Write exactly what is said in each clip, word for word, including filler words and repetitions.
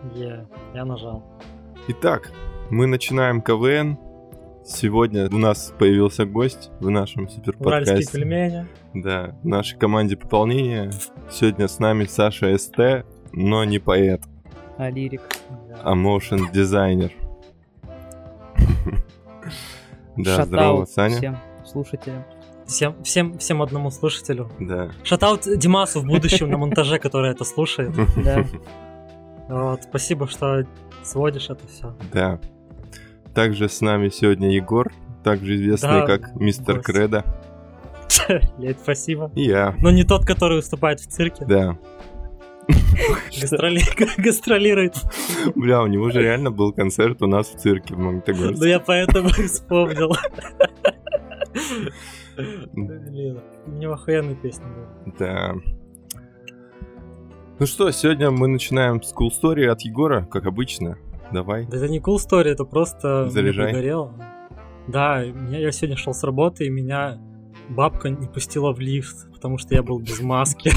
Е, я нажал. Итак, мы начинаем КВН. Сегодня у нас появился гость в нашем суперподкасте. Уральские пельмени. Да, в нашей команде пополнения. Сегодня с нами Саша СТ, но не поэт, а лирик, а моушен дизайнер. Да, Шатаут здорово, Саня. Всем слушателям. Всем, всем, всем одному слушателю. Да. Шатаут Димасу в будущем на монтаже, который это слушает. Да. Вот, спасибо, что сводишь это все. Да. Также с нами сегодня Егор, также известный Да, как Мистер гость. Кредо. Блять, спасибо. И я. Но не тот, который выступает в цирке. Да. Гастроли- Гастролирует. Бля, у него же реально был концерт у нас в цирке в Магнитогорске. Да я поэтому и вспомнил. Блин, у него охуенная песня была. Да. Ну что, сегодня мы начинаем с cool story от Егора, как обычно. Давай. Да это не cool story, это просто Заряжай. мне пригорело. Да, меня, я сегодня шел с работы, и меня бабка не пустила в лифт, потому что я был без маски.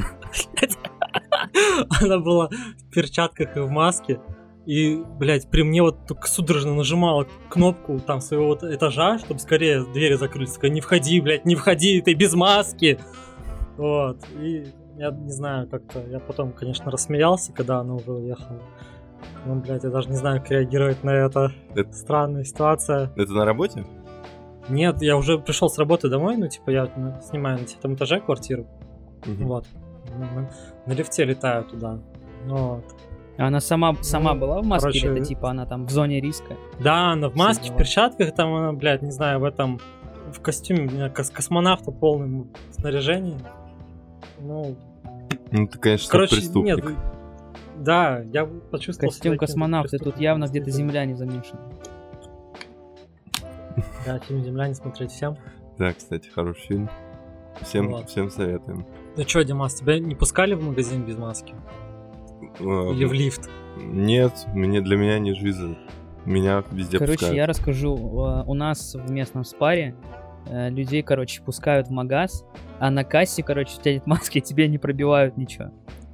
Она была в перчатках и в маске. И, блядь, при мне вот только судорожно нажимала кнопку там своего вот этажа, чтобы скорее двери закрылись. Такая, не входи, блядь, не входи, ты без маски. Вот. И я не знаю, как-то... Я потом, конечно, рассмеялся, когда она уже уехала. Ну, блядь, я даже не знаю, как реагировать на это. Это- Странная ситуация. Это на работе? Нет, я уже пришел с работы домой, ну, типа, я на- снимаю на десятом этаже квартиру. Мгм. Вот. На, на- на лифте летаю туда. Вот. А она сама, сама Ну, была в маске, короче, или это типа она там в зоне риска? Да, она в маске, в Сидела. перчатках, там она, блядь, не знаю, в этом, в костюме, у меня кос- космонавта в полном снаряжении. Ну, Ну, ты, конечно, короче, преступник. нет, да, я почувствовал... Костюм себя каким-то космонавта, тут преступником, явно где-то действительно. земля не замешана. Да, фильм «Земля» не смотреть всем. Да, кстати, хороший фильм. Всем, Вот. всем советуем. Ну чё, Димас, тебя не пускали в магазин без маски? Э, Или в лифт? Нет, мне, для меня не жизнь. Меня везде Короче, пускают. я расскажу. э, У нас в местном спаре э, людей, короче, пускают в магаз, а на кассе, короче, у тебя нет маски, и тебе не пробивают ничего.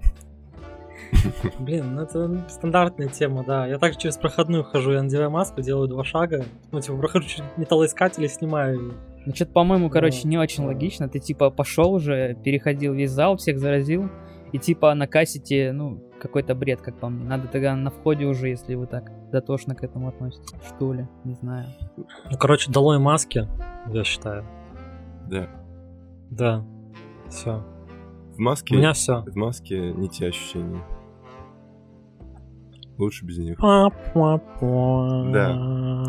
Блин, ну это стандартная тема, да. Я также через проходную хожу, я надеваю маску, делаю два шага. Ну, типа, прохожу через металлоискатель и снимаю её. Ну, что-то, по-моему, короче, Да. не очень логично. Ты, типа, пошел уже, переходил весь зал, всех заразил, и, типа, на кассе тебе, ну, какой-то бред, как по мне. Надо тогда на входе уже, если вы так дотошно к этому относитесь. Что ли? Не знаю. Ну, короче, долой маски, я считаю. Да. Да. Все. В У маске, меня все. в маске не те ощущения. Лучше без них. Да.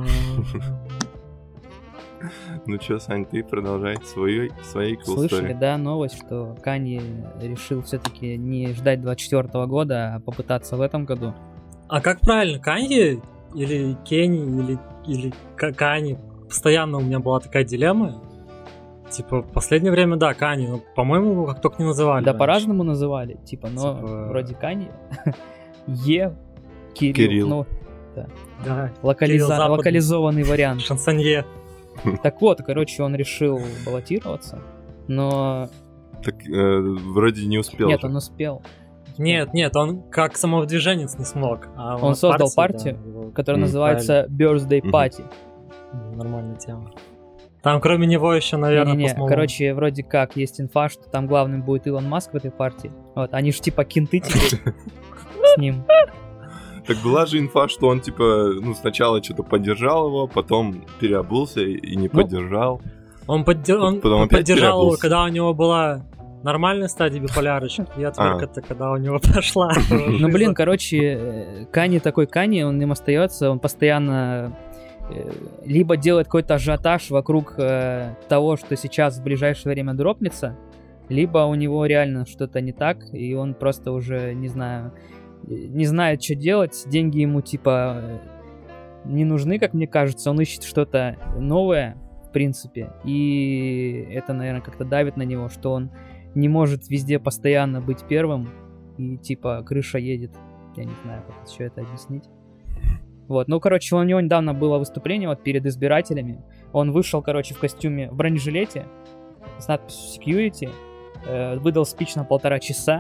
Ну чё, Сань, ты продолжай своей, своей cool Слышали, story. да, новость, что Канье решил все-таки не ждать двадцать четвёртого года, а попытаться в этом году. А как правильно, Канье или Кенни или, или Ка- Кани? Постоянно у меня была такая дилемма. Типа, в последнее время, да, Кани, но, по-моему, его как только не называли. Да, раньше. по-разному называли, типа, но Типа- вроде Канье, Е, Кирилл, Кирилл. ну, Да, локализа- Кирилл Западный. локализованный вариант. шансонье. Так вот, короче, он решил баллотироваться, но Так э, вроде не успел. нет, же. он успел. Нет, нет, он как самовыдвиженец не смог. А Он от создал партии, партию, да, его- Которая М, называется Birthday Мгм. Party. Нормальная тема. Там кроме него еще, наверное, Не-не-не, Post Malone. короче, вроде как есть инфа, что там главным будет Илон Маск в этой партии. Вот, они же типа кенты теперь с ним. Так была же инфа, что он типа, ну, сначала что-то поддержал его, потом переобулся и, и не Ну, поддержал. Он, поддер- он Потом опять поддержал его, переобулся. когда у него была нормальная стадия биполярочки, и отверг А. это, когда у него прошла. Ну, блин, короче, э, Кани такой Кани, он им остается, он постоянно э, либо делает какой-то ажиотаж вокруг э, того, что сейчас в ближайшее время дропнется, либо у него реально что-то не так, и он просто уже, не знаю, э, не знает, что делать, деньги ему типа э, не нужны, как мне кажется, он ищет что-то новое, в принципе, и это, наверное, как-то давит на него, что он не может везде постоянно быть первым, и типа крыша едет. Я не знаю, как еще это объяснить. Вот, ну, короче, у него недавно было выступление вот перед избирателями. Он вышел, короче, в костюме, в бронежилете с надписью security, э, выдал спич на полтора часа,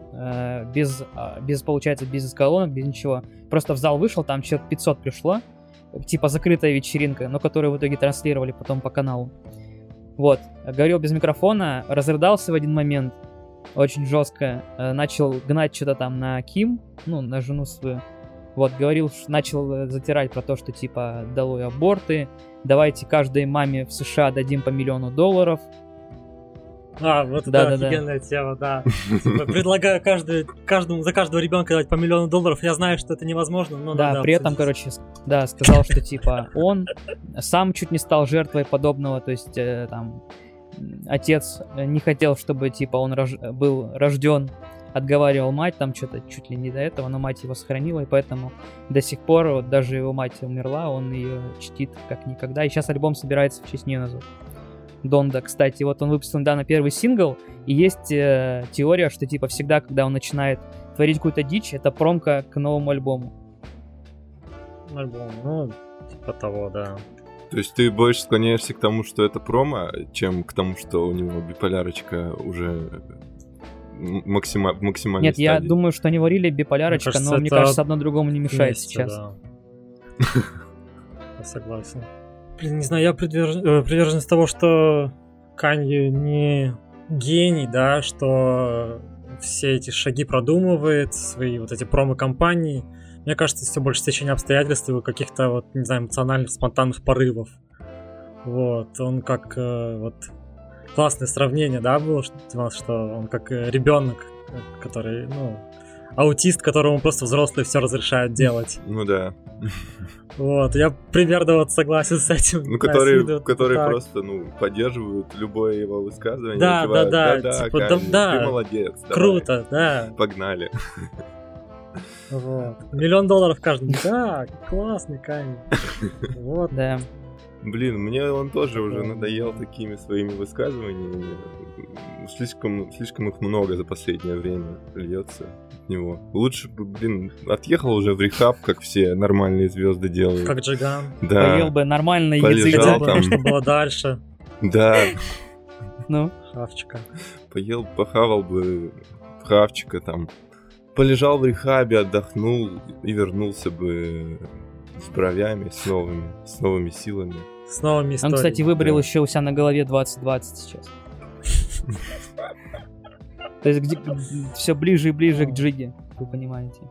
э, без, э, без, получается, без колонок, без ничего. Просто в зал вышел, там человек пятьсот пришло, типа закрытая вечеринка, но которую в итоге транслировали потом по каналу. Вот, говорил без микрофона, разрыдался в один момент, очень жестко, э, начал гнать что-то там на Ким, ну, на жену свою. Вот, говорил, начал затирать про то, что, типа, долой аборты, давайте каждой маме в США дадим по миллиону долларов. А, вот да, это да, офигенная да. тема, да. Типа, предлагаю каждый, каждому, за каждого ребенка дать по миллиону долларов. Я знаю, что это невозможно, но да, надо при этом, обсудить. короче, да, сказал, что, типа, он сам чуть не стал жертвой подобного, то есть, э, там, отец не хотел, чтобы, типа, он рож... был рожден, отговаривал мать, там что-то чуть ли не до этого, но мать его сохранила, и поэтому до сих пор, вот даже его мать умерла, он ее чтит как никогда, и сейчас альбом собирается в честь нее назвать. Донда, кстати, вот он выпустил недавно первый сингл, и есть э, теория, что типа всегда, когда он начинает творить какую-то дичь, это промка к новому альбому. Альбом, ну, типа того, да. То есть ты больше склоняешься к тому, что это промо, чем к тому, что у него биполярочка уже максима... максимальной Нет, стадии? я думаю, что они варили биполярочка, мне кажется, но мне кажется, одно другому не мешает вместе, сейчас. Да. Я согласен. Блин, не знаю, я придерж... приверженец того, что Канье не гений, да, что все эти шаги продумывает, свои вот эти промо-компании. Мне кажется, все больше стечение обстоятельств и каких-то, вот, не знаю, эмоциональных, спонтанных порывов. Вот, он как, э, вот, классное сравнение, да, было, что, что он как ребенок, который, ну, аутист, которому просто взрослые все разрешают делать. Ну да. Вот, я примерно вот согласен с этим. Ну, которые, да, которые так. просто, ну, поддерживают любое его высказывание. Да, да, да, да, типа, да, да, ты молодец. Круто, давай. да. Погнали. Вот. Миллион долларов каждому. Да, классный Канье. Вот. Да. Блин, мне он тоже уже надоел такими своими высказываниями. Слишком, слишком их много за последнее время льется от него. Лучше бы, блин, отъехал уже в рехаб, как все нормальные звезды делают. Как Джиган. Да. Поел бы нормально язык. Там... Что было дальше. Да. Ну? Хавчика. Поел, похавал бы хавчика там. Полежал в рехабе, отдохнул и вернулся бы с бровями, с новыми, с новыми силами. С новыми историями. Он, кстати, выбрал да. еще у себя на голове двадцать двадцать сейчас. То есть где все ближе и ближе к Джиге, вы понимаете.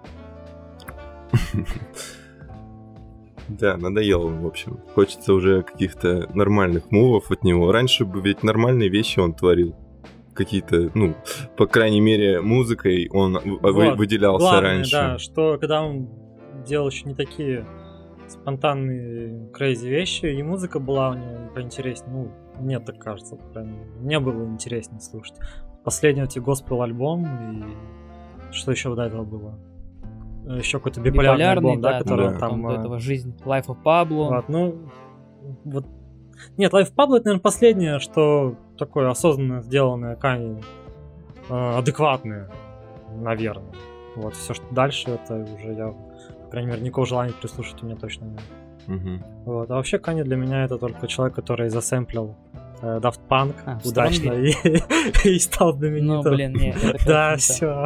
Да, надоело, в общем. Хочется уже каких-то нормальных мувов от него. Раньше бы ведь нормальные вещи он творил. Какие-то, ну, по крайней мере, музыкой он вот, выделялся главное, раньше. Да, что когда он делал еще не такие спонтанные, крейзи вещи, и музыка была у него поинтереснее. Ну, мне так кажется, мне было интереснее слушать. Последний эти госпел-альбом, и что еще до этого было? Еще какой-то биполярный, биполярный альбом, да, да который да, там... До этого «Жизнь», Life of Pablo. Вот, ну, вот... Нет, Life of Pablo это, наверное, последнее, что такое осознанно сделанное Канье, э, адекватное, наверное. Вот, все, что дальше, это уже я, по крайней мере, никакого желания прислушать у меня точно нет. Uh-huh. Вот, а вообще Канье для меня это только человек, который засэмплил э, Daft Punk а, удачно и, и стал знаменитым. Ну, блин, нет. Да, все.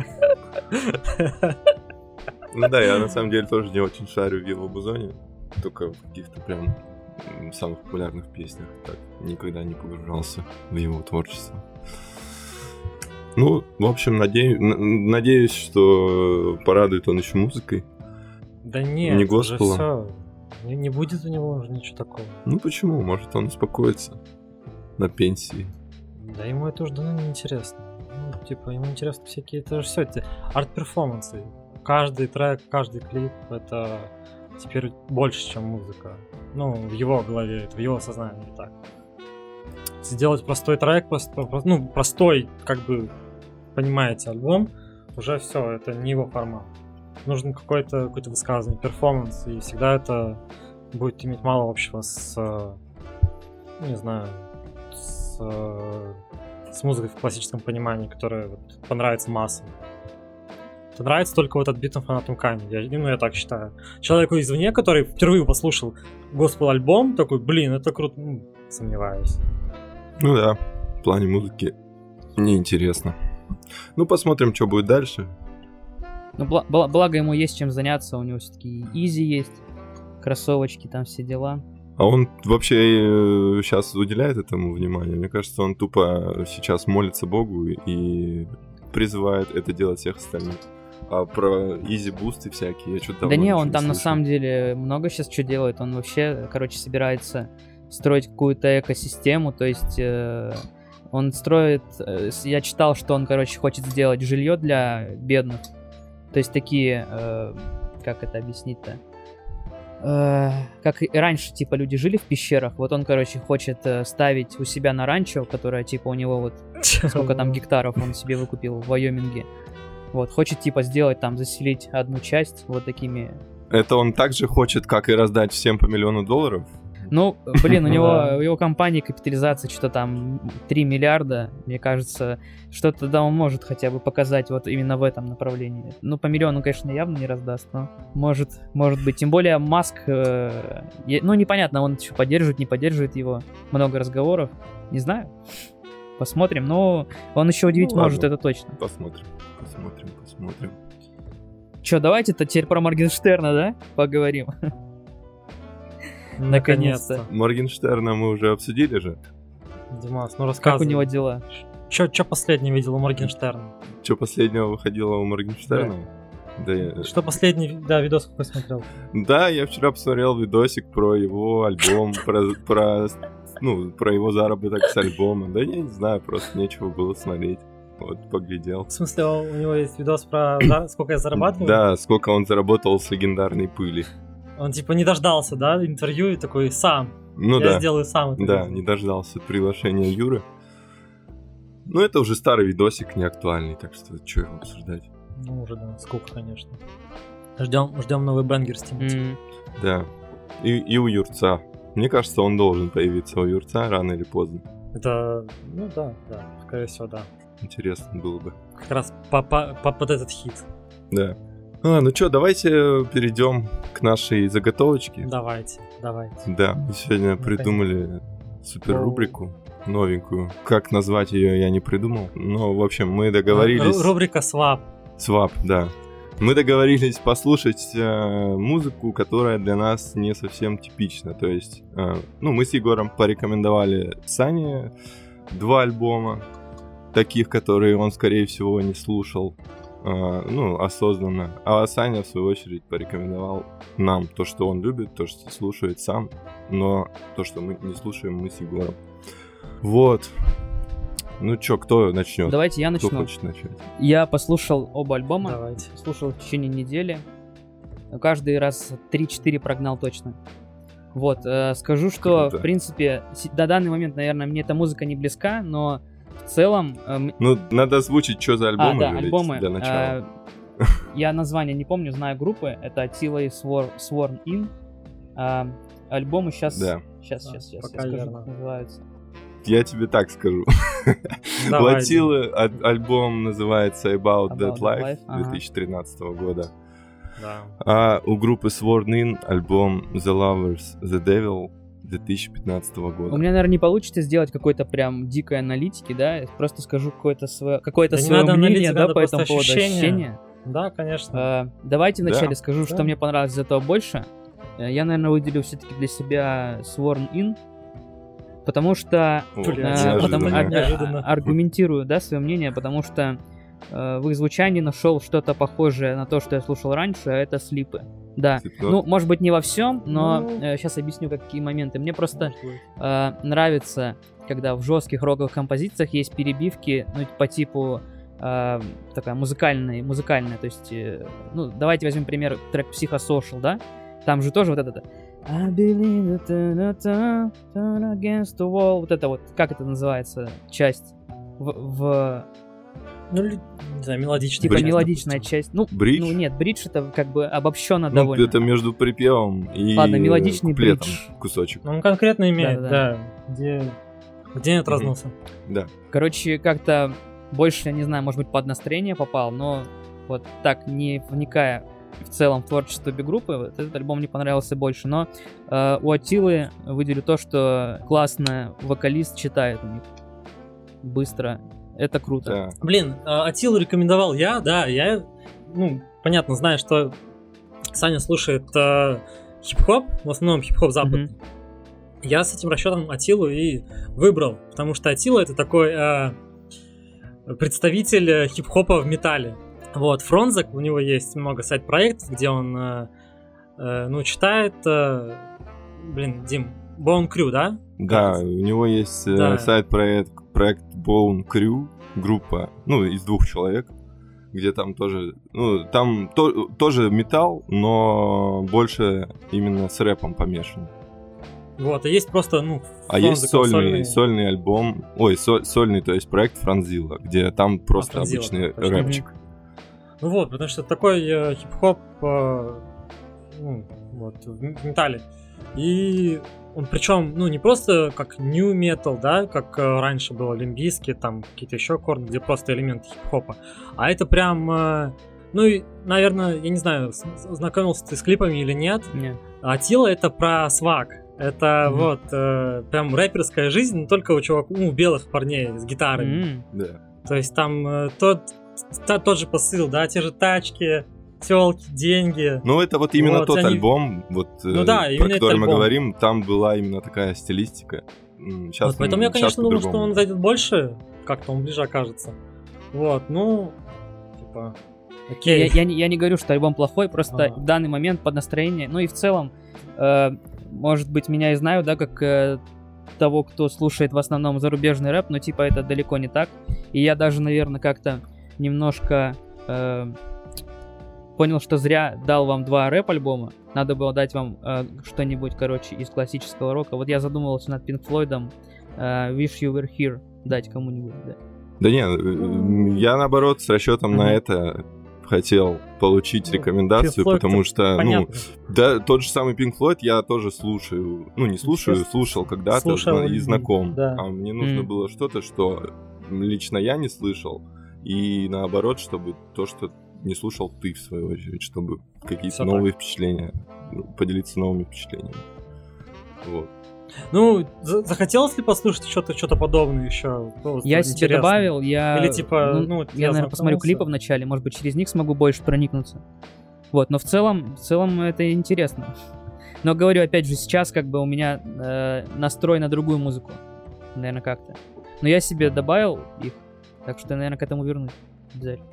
Ну да, я на самом деле тоже не очень шарю в его музоне, только в каких-то прям самых популярных песнях, так никогда не погружался в его творчество. Ну, в общем, надеюсь, надеюсь, что порадует он еще музыкой. Да нет, не уже госпелом. все. Не, не будет у него уже ничего такого. Ну почему? Может, он успокоится на пенсии. Да ему это уже давно не интересно. Ну, типа, ему интересны всякие, это же все эти арт-перформансы. Каждый трек, каждый клип — это теперь больше, чем музыка. Ну, в его голове, это в его сознании так. Сделать простой трек, просто, ну, простой, как бы, понимаете, альбом, уже все, это не его формат. Нужен какой-то, какой-то высказанный перформанс, и всегда это будет иметь мало общего с, ну, не знаю, с, с музыкой в классическом понимании, которая вот понравится массам. Это нравится только вот отбитым фанатам Канье, я, ну, я так считаю. Человеку извне, который впервые послушал госпел-альбом, такой, блин, это круто, ну, сомневаюсь. Ну да, в плане музыки неинтересно. Ну, посмотрим, что будет дальше. Ну, бла- бла- благо ему есть чем заняться, у него все-таки изи есть, кроссовочки, там все дела. А он вообще сейчас уделяет этому внимание? Мне кажется, он тупо сейчас молится Богу и призывает это делать всех остальных. А про изи-бусты всякие я что-то Да не, он там на самом деле много сейчас что делает. Он вообще, короче, собирается строить какую-то экосистему, то есть э, он строит... Э, я читал, что он, короче, хочет сделать жилье для бедных. То есть такие... Э, как это объяснить-то? Э, как и раньше, типа, люди жили в пещерах. Вот он, короче, хочет э, ставить у себя на ранчо, которое, типа, у него вот... Сколько там гектаров он себе выкупил в Вайоминге. Вот, хочет, типа, сделать там, заселить одну часть вот такими... Это он так же хочет, как и раздать всем по миллиону долларов? Ну, блин, у него, у его компании капитализация что-то там три миллиарда. Мне кажется, что-то да он может хотя бы показать вот именно в этом направлении. Ну, по миллиону, конечно, явно не раздаст, но может, может быть. Тем более Маск, э, ну, непонятно, он еще поддерживает, не поддерживает его. Много разговоров, не знаю. Посмотрим, но он еще удивить Ну, может, ладно. это точно. Посмотрим, посмотрим, посмотрим. Че, давайте-то теперь про Моргенштерна, да, поговорим? Наконец-то. Моргенштерна мы уже обсудили же. Димас, ну Как у рассказывай. него дела? Чё, чё последнее видел у Моргенштерна? Что последнего выходило у Моргенштерна? Да, я... Что последний, да, видос какой смотрел? да, я вчера посмотрел видосик про его альбом, про, про, ну, про его заработок с альбома. Да я не знаю, просто нечего было смотреть. Вот, поглядел. В смысле, у него есть видос про за- сколько я зарабатываю? Да, сколько он заработал с легендарной пыли. Он типа не дождался, да, интервью и такой сам. Ну я да. сделаю сам это. Да, видео. не дождался приглашения Юры. Ну, это уже старый видосик, не актуальный, так что что его обсуждать. Ну уже, да, сколько, конечно. Ждем, ждем новый бенгер с Тимати. М, Да. И, и у Юрца. Мне кажется, он должен появиться у Юрца рано или поздно. Это, ну да, да, скорее всего, да. Интересно было бы. Как раз по, по- по- под этот хит. Да. А, ну что, давайте перейдем к нашей заготовочке. Давайте, давайте. Да, мы сегодня Наконец-то. придумали супер рубрику новенькую. Как назвать ее, я не придумал. Но, в общем, мы договорились... Ру- Рубрика «Свап». Свап, да. Мы договорились послушать э, музыку, которая для нас не совсем типична. То есть, э, ну, мы с Егором порекомендовали Сане два альбома, таких, которые он, скорее всего, не слушал, э, ну, осознанно. А Саня, в свою очередь, порекомендовал нам то, что он любит, то, что слушает сам, но то, что мы не слушаем, мы с Егором. Вот. Ну чё, кто начнет? Давайте я Кто начну. хочет начать? Я послушал оба альбома, Давайте. слушал в течение недели. Каждый раз три-четыре прогнал точно. Вот, э, скажу, что, Круто. в принципе, си- до данный момент, наверное, мне эта музыка не близка, но в целом... э, м- Ну, надо озвучить, что за альбомы а, да, же, ведь, альбомы. для начала. э, я название не помню, знаю группы. Это Attila и Swor- Sworn In. А, альбомы сейчас... Да. Сейчас, Да, сейчас, сейчас, пока я скажу, верно. как называются. Я тебе так скажу. У Давай, Атилы а- альбом называется About, About That That Life Life, ага. две тысячи тринадцатого года. Да. А у группы Sworn In альбом The Lovers, The Devil две тысячи пятнадцатого года. У меня, наверное, не получится сделать какой-то прям дикой аналитики, да? Я просто скажу какое-то свое, какое-то Да не свое надо мнение, аналитика, да, надо по просто этому поводу ощущение. ощущения. Да, конечно. А, давайте Да. вначале скажу, Да. что мне понравилось из этого больше. Э, Я, наверное, выделю все-таки для себя Sworn In, потому что О, Блядь, э, неожиданно. потому- а- Неожиданно. а- аргументирую, да, свое мнение, потому что э, в их звучании нашел что-то похожее на то, что я слушал раньше, а это Слипы. Да. Слипнот. Ну, может быть, не во всем, но Ну. сейчас объясню, какие моменты. Мне просто Может быть. э, нравится, когда в жестких роковых композициях есть перебивки, ну, по типу э, такая музыкальная, музыкальная, то есть, э, ну, давайте возьмем пример трек Psychosocial, да? Там же тоже вот это I believe that ta-ta-ta, turn against the wall, вот это вот, как это называется, часть в, в Ну, ли- не знаю, мелодичная. типа Бридж, мелодичная допустим. часть. Ну, Бридж? ну нет, бридж это как бы обобщенно Ну, довольно. это между припевом и Ладно, мелодичный куплетом бридж. кусочек. Ну, он конкретно имеет, Да-да-да. да. Где, где нет Мгм. разноса. Да. Короче, как-то больше, я не знаю, может быть, под настроение попал, но вот так, не вникая в целом в творчество B-группы, вот этот альбом мне понравился больше. Но э, у Атилы выделю то, что классно вокалист читает у них. Быстро это круто. Да. Блин, а, Атилу рекомендовал я, да, я, ну, понятно, знаю, что Саня слушает э, хип-хоп, в основном хип-хоп западный. Мгм. Я с этим расчетом Атилу и выбрал, потому что Атила это такой э, представитель э, хип-хопа в металле. Вот, Фронзак, у него есть много сайт-проектов, где он, э, э, ну, читает, э, блин, Дим, Bone Crew, да? Да, у него есть э, Да. сайт-проект, проект Bone Crew, группа, ну, из двух человек, где там тоже, ну, там то- тоже металл, но больше именно с рэпом помешан. Вот, и есть просто, ну, А есть Фронзак, сольный, сольный альбом, ой, со- сольный, то есть проект Франзила, где там просто Франзила, обычный точно. рэпчик. Ну вот, потому что такой э, хип-хоп э, ну, вот, в м- в металле. И он причем, ну, не просто как new metal, да, как э, раньше было Limp Bizkit, там какие-то еще корни, где просто элементы хип-хопа. А это прям, э, ну, и, наверное, я не знаю, с- знакомился ты с клипами или нет. Не. Атила это про сваг. Это Мгм. вот э, прям рэперская жизнь, но только у чуваков, ну, у белых парней с гитарами. М. Да. То есть там э, тот, та- тот же посыл, да, те же тачки, телки, деньги. Ну, это вот именно Вот, тот они- альбом, вот, э, Ну да, про именно этот который мы альбом. говорим, там была именно такая стилистика. Сейчас, Вот, поэтому я, конечно, думал, что он зайдет больше, как-то он ближе окажется. Вот, ну, типа, Я, окей. я не, я не говорю, что альбом плохой, просто Ага. в данный момент под настроение, ну и в целом, э, может быть, меня и знаю, да, как э, того, кто слушает в основном зарубежный рэп, но типа это далеко не так. И я даже, наверное, как-то немножко э, понял, что зря дал вам два рэп-альбома. Надо было дать вам э, что-нибудь, короче, из классического рока. Вот я задумывался над Pink Floyd'ом, э, Wish You Were Here дать кому-нибудь, да. Да не, э, я наоборот с расчетом на Мгм. это хотел получить Ну, рекомендацию, Pink Floyd потому что, Понятно. ну, да, тот же самый Pink Floyd я тоже слушаю, ну, не слушаю, Сейчас слушал когда-то слушал, зна- и знаком, да. а мне нужно Мгм. было что-то, что лично я не слышал, и наоборот, чтобы то, что не слушал ты, в свою очередь, чтобы какие-то Всё новые впечатления, ну, поделиться новыми впечатлениями. Вот. Ну, за- захотелось ли послушать что-то что-то подобное еще? Ну, вот Я себе интересно. добавил, я... Или типа, ну, вот я, я наверное, посмотрю знакомился. клипы вначале, может быть, через них смогу больше проникнуться. Вот, но в целом, в целом это интересно. Но говорю, опять же, сейчас как бы у меня э, настрой на другую музыку, наверное, как-то. Но я себе добавил их, так что, наверное, к этому вернусь. Обязательно.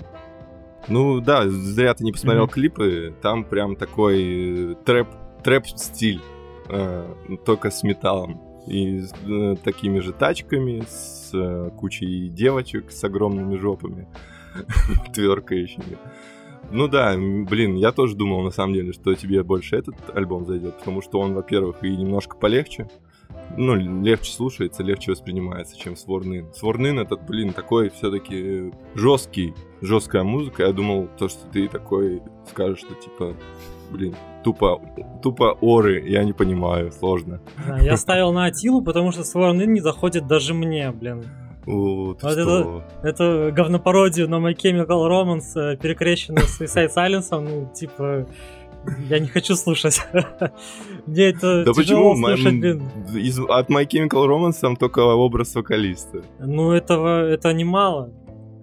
Ну да, зря ты не посмотрел Мгм. клипы, там прям такой э, трэп, трэп-стиль, э, только с металлом. И с э, такими же тачками, с э, кучей девочек с огромными жопами, тверкающими. Ну да, м, блин, я тоже думал, на самом деле, что тебе больше этот альбом зайдет, потому что он, во-первых, и немножко полегче, ну, легче слушается, легче воспринимается, чем Sworn Sworn этот, блин, такой все-таки жесткий, жесткая музыка. Я думал, то, что ты такой скажешь, что типа, блин, тупо, тупо оры, я не понимаю, сложно. Да, я ставил на Атилу, потому что Sworn In не заходит даже мне, блин. О, ты Вот что? Это говнопародию на My Chemical Romance, э, перекрещенную с Suicide Silence, ну, типа, я не хочу слушать. Мне это Да тяжело почему? слушать, М, блин. из- от My Chemical Romance там только образ вокалиста. Ну, этого, это немало.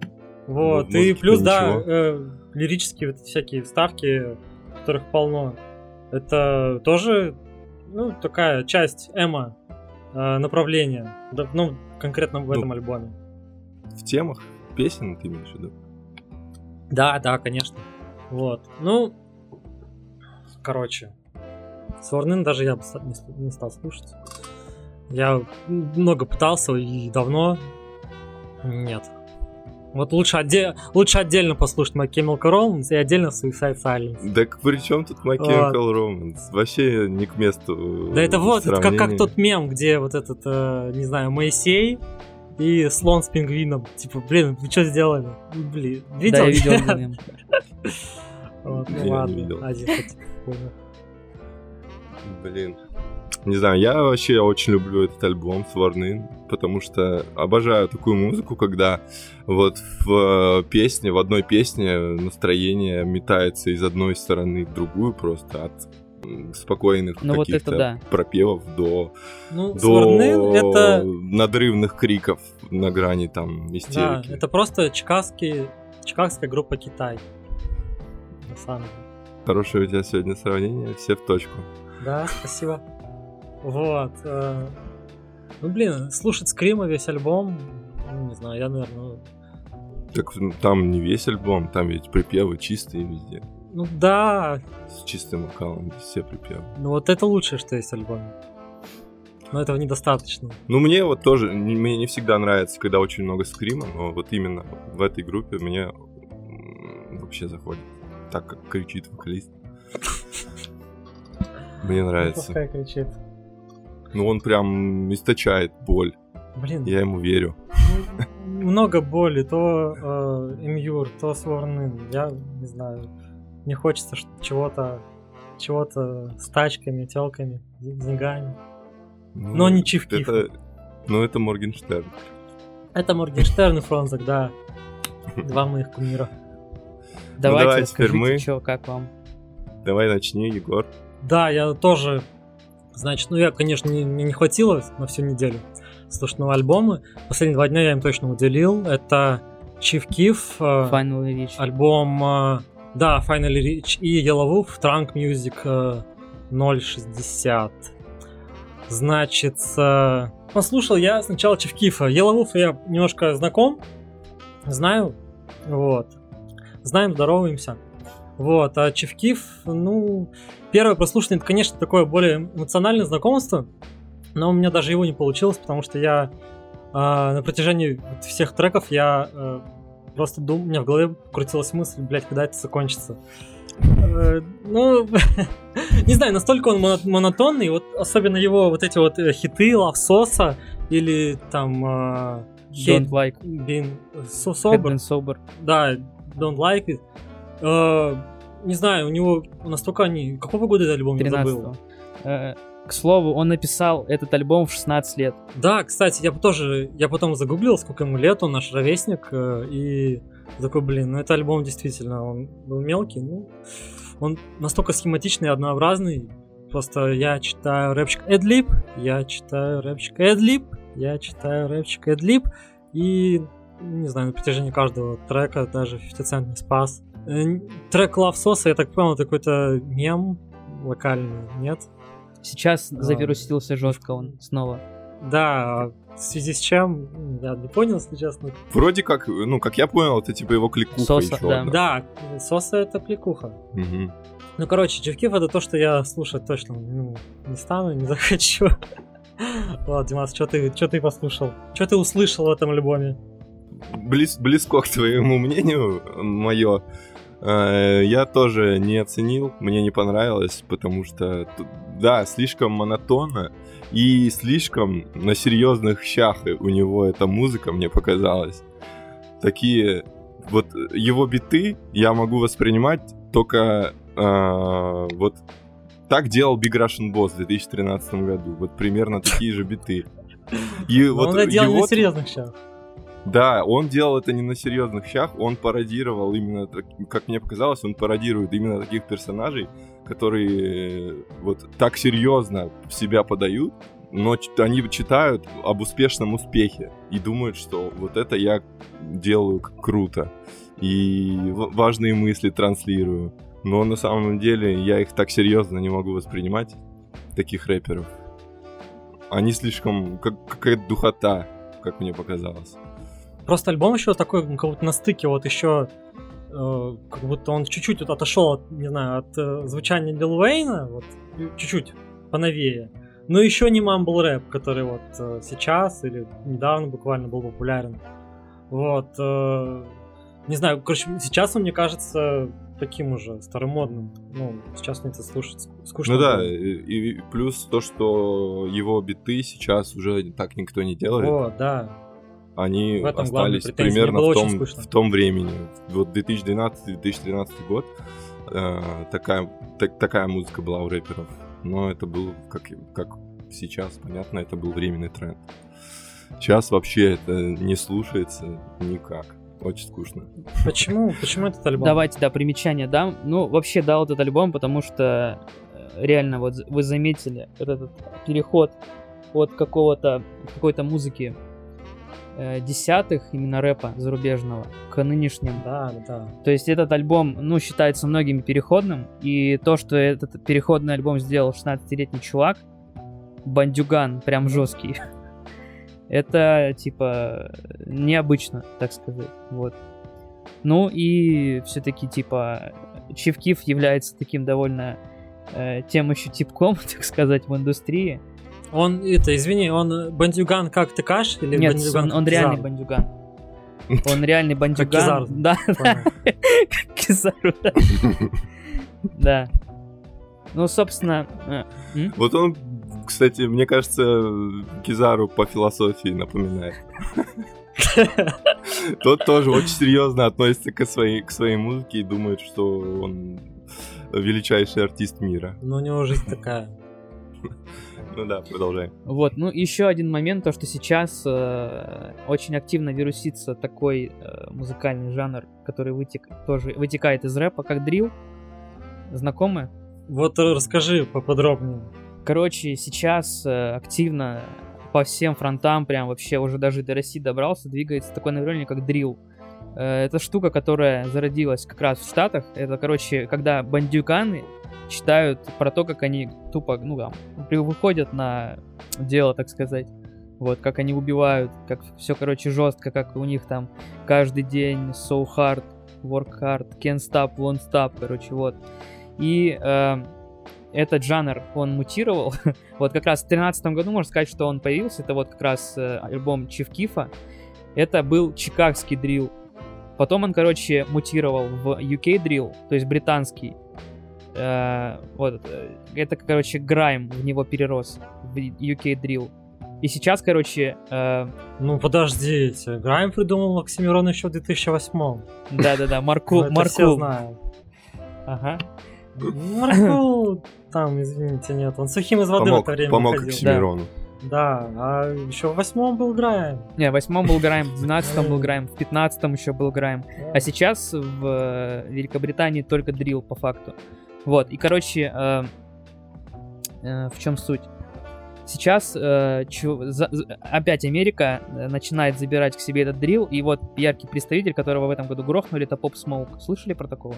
Вот, Ну, и музыки-то плюс, да, ничего. э, лирические вот всякие вставки, которых полно. Это тоже, ну, такая часть эмо э, направления, да, ну, конкретно в Ну, этом альбоме. В темах песен ты имеешь в виду? Да, да, конечно. Вот. Ну, короче, Sworn In даже я бы ста- не, с- не стал слушать. Я много пытался и давно. Нет. Вот лучше, отде- лучше отдельно послушать My Chemical Romance и отдельно Suicide Silence. Так при чем тут My Chemical Romance? Вообще не к месту. Да это вот, это как, как сравнение. тот мем, где вот этот, э, не знаю, Моисей и слон с пингвином. Типа, блин, вы что сделали? Блин, видел? Да, я видел этот мем. Вот, ну Я не ладно, видел. один хоть понял. Блин. Не знаю, я вообще очень люблю этот альбом Sworn In, потому что обожаю такую музыку, когда вот в э, песне, в одной песне настроение метается из одной стороны в другую просто от спокойных Ну, вот каких-то это да. пропевов до, Ну, до Swordnin это... надрывных криков на грани там Да, истерики. это просто чикагский, чикагская группа Китай. На самом деле. Хорошее у тебя сегодня сравнение, все в точку. Да, спасибо. Вот. э, Ну, блин, слушать Скрима весь альбом, ну, не знаю, я, наверное... Так там не весь альбом, там ведь припевы чистые везде. Ну, да, С чистым вокалом, все припевы. ну вот это лучшее, что есть в альбоме. Но этого недостаточно. Ну, мне вот тоже, не- мне не всегда нравится, когда очень много скрима, но вот именно в этой группе мне м, вообще заходит. Так, как кричит вокалист. Мне нравится. Пускай кричит. Ну, он прям источает боль. Блин, Я ему верю. ну, много боли. То э, Имьюр, то Сворнин. Я не знаю. Мне хочется ш- чего-то чего-то с тачками, телками, деньгами. Ну, Но не Чиф-Киф. это- Ну, это Моргенштерн. Это Моргенштерн и Фронзак, да. Два моих кумира. Давайте, давай теперь расскажите, мы. чё, как вам? Давай начни, Егор. Да, я тоже, значит, ну я, конечно, не, мне не хватило на всю неделю слушать новые альбомы. Последние два дня я им точно уделил. Это Чиф-Киф, э, Finally Rich. альбом, э, да, Finally Rich и Yellow Wolf, Trunk Music э, ноль шестьдесят. Значит, э, послушал я сначала Чиф-Кифа. Yellow Wolf я немножко знаком, знаю, вот. Знаем, здороваемся. Вот, а Чиф-Киф, ну, первое прослушивание, это, конечно, такое более эмоциональное знакомство, но у меня даже его не получилось, потому что я э, на протяжении вот всех треков я э, просто думал, у меня в голове крутилась мысль, блядь, когда это закончится. Э, ну, не знаю, настолько он моно- монотонный, вот особенно его вот эти вот э, хиты Лавсоса или там э, Don't Hate like. Being So Had Sober, been sober. да, Don't Like It. Э, не знаю, у него настолько они... Какого года этот альбом, я забыл? тринадцатого. Э, К слову, он написал этот альбом в шестнадцать лет. Да, кстати, я бы тоже... Я потом загуглил, сколько ему лет, он наш ровесник, э, и такой, блин, ну это альбом действительно, он был мелкий, ну... Он настолько схематичный и однообразный. Просто я читаю рэпчик Эдлип, я читаю рэпчик Эдлип, я читаю рэпчик Эдлип, и, не знаю, на протяжении каждого трека даже пятьдесят цент не спас. Э, Трек Лавсоса, я так понял, это какой-то мем локальный, нет? Сейчас А. завирусился жестко он снова. Да, в связи с чем, я не понял, если честно. Вроде как, ну, как я понял, это типа его кликуха Соса, еще да. одна. Да, Соса это кликуха. Мгм. Ну, короче, Чиф-Киф это то, что я слушать точно ну, не стану, не захочу. Ладно, Димас, что ты, чё ты послушал? Что ты услышал в этом альбоме? Близ- близко к твоему мнению, мое, я тоже не оценил, мне не понравилось, потому что, т- да, слишком монотонно и слишком на серьезных щах у него эта музыка, мне показалась. Такие, вот его биты я могу воспринимать только э, вот так делал Big Russian Boss в две тысячи тринадцатом году, вот примерно такие же биты. И Ну, вот он это делал его- на серьезных щах. Да, он делал это не на серьезных щах, он пародировал именно, так- как мне показалось, он пародирует именно таких персонажей, которые э, вот так серьезно себя подают, но ч- они читают об успешном успехе и думают, что вот это я делаю к- круто и в- важные мысли транслирую. Но на самом деле я их так серьезно не могу воспринимать, таких рэперов. Они слишком, как какая-то духота, как мне показалось. Просто альбом еще такой, ну, как будто на стыке, вот еще э, как будто он чуть-чуть вот отошел от, не знаю, от э, звучания Лил Уэйна, вот, и чуть-чуть поновее. Но еще не мамбл рэп, который вот э, сейчас или недавно буквально был популярен. Вот. э, не знаю, короче, сейчас он мне кажется таким уже старомодным. Ну, сейчас мне это слушать ск- скучно. Ну да, было. и, и плюс то, что его биты сейчас уже так никто не делает, Вот, да. они в этом главная остались претензия. примерно Мне было в том, очень скучно. в том времени. Вот две тысячи двенадцатый - две тысячи тринадцатый год э, такая, так- такая музыка была у рэперов. Но это был, как, как сейчас, понятно, это был временный тренд. Сейчас вообще это не слушается никак. Очень скучно. Почему? Почему этот альбом? Давайте, да, примечание дам. Ну, вообще дал этот альбом, потому что э, реально вот вы заметили вот этот переход от какого-то какой-то музыки э, десятых, именно рэпа зарубежного, к нынешним. Да, да. То есть этот альбом, ну, считается многими переходным, и то, что этот переходный альбом сделал шестнадцатилетний чувак, бандюган, прям жесткий, это, типа, необычно, так сказать, вот. Ну и все-таки, типа, Chief Keef является таким довольно э, тем еще типком, так сказать, в индустрии. Он, это, извини, он бандюган как Текаш или Нет, бандюган он, он как реальный Кизару? бандюган. Он реальный бандюган. Как Кизару. Да, Понял. как Кизару, да. Да. Ну, собственно... э, м? Вот он, кстати, мне кажется, Кизару по философии напоминает. Тот тоже очень серьезно относится к своей, к своей музыке и думает, что он величайший артист мира. Ну, у него жизнь такая. Ну да, продолжай. Вот, ну еще один момент, то что сейчас э, очень активно вирусится такой э, музыкальный жанр, который вытек, тоже вытекает из рэпа, как дрил. Знакомы? Вот расскажи поподробнее. Короче, сейчас э, активно по всем фронтам, прям вообще уже даже до России добрался, двигается такое направление, как дрил. Э, это штука, которая зародилась как раз в Штатах. Это, короче, когда бандюганы читают про то, как они тупо, ну там, выходят на дело, так сказать. Вот, как они убивают, как все, короче, жестко, как у них там каждый день so hard, work hard, can't stop, won't stop, короче, вот. И э, этот жанр, он мутировал. Вот как раз в тринадцатом году, можно сказать, что он появился. Это вот как раз э, альбом Chief Keef. Это был чикагский дрил. Потом он, короче, мутировал в ю кей дрил, то есть британский. Uh, вот, это, короче, грайм в него перерос, в ю кей дрил. И сейчас, короче... Uh... Ну, подождите, грайм придумал Оксимирон еще в две тысячи восьмом. Да-да-да, Маркул. Это все знают. Ага. Маркул, там, извините, нет, он сухим из воды в это время помог ходил. Оксимирону. Да, а еще в восьмом был грайм. Не, в восьмом был грайм, в двенадцатом был грайм, в пятнадцатом еще был грайм. А сейчас в Великобритании только дрил, по факту. Вот, и, короче, э, э, в чем суть? Сейчас э, чу, за, опять Америка начинает забирать к себе этот дрил, и вот яркий представитель, которого в этом году грохнули, это Pop Smoke. Слышали про такого?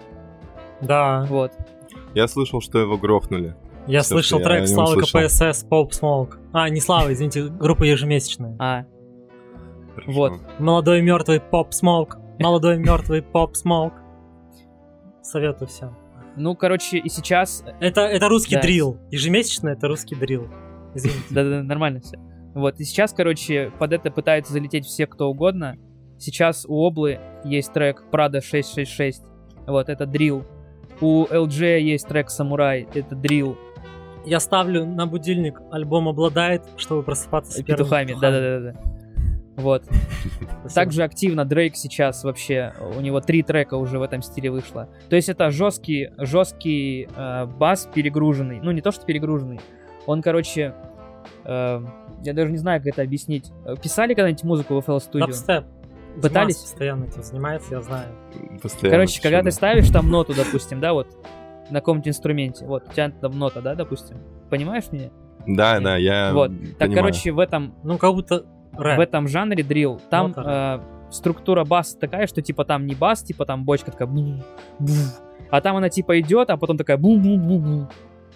Да. Вот. Я слышал, что его грохнули. Я Все, слышал я трек Славы слышал. ка пэ эс эс Pop Smoke. А, не Слава, извините, группа Ежемесячная. А, Хорошо. вот. Молодой мертвый Pop Smoke. Молодой мертвый Pop Smoke. Советую всем. Ну, короче, и сейчас... Это, это русский Да. дрил. Ежемесячно это русский дрил. Извините. Да-да, нормально все. Вот, и сейчас, короче, под это пытаются залететь все, кто угодно. Сейчас у Облы есть трек Prada шесть шесть шесть. Вот, это дрил. У эл джей есть трек Самурай. Это дрил. Я ставлю на будильник альбом «Обладает», чтобы просыпаться с первыми Петухами. Да-да-да. Вот. Спасибо. Также активно Дрейк сейчас вообще, у него три трека уже в этом стиле вышло. То есть это жесткий, жесткий э, бас перегруженный. Ну, не то, что перегруженный. Он, короче, э, я даже не знаю, как это объяснить. Писали когда-нибудь музыку в эф эл Studio? Дабстеп. Пытались? Димас постоянно этим занимается, я знаю. Постоянно Короче, когда ты что-то. ставишь там ноту, допустим, да, вот, на каком-то инструменте, вот, у тебя там нота, да, допустим. Понимаешь меня? Да, да, я Вот. Так, понимаю. короче, в этом Ну, как будто рэп. в этом жанре дрил, там Ну, э, структура баса такая, что типа там не бас, типа там бочка такая бу, бу, а там она типа идет, а потом такая бу бу бу бу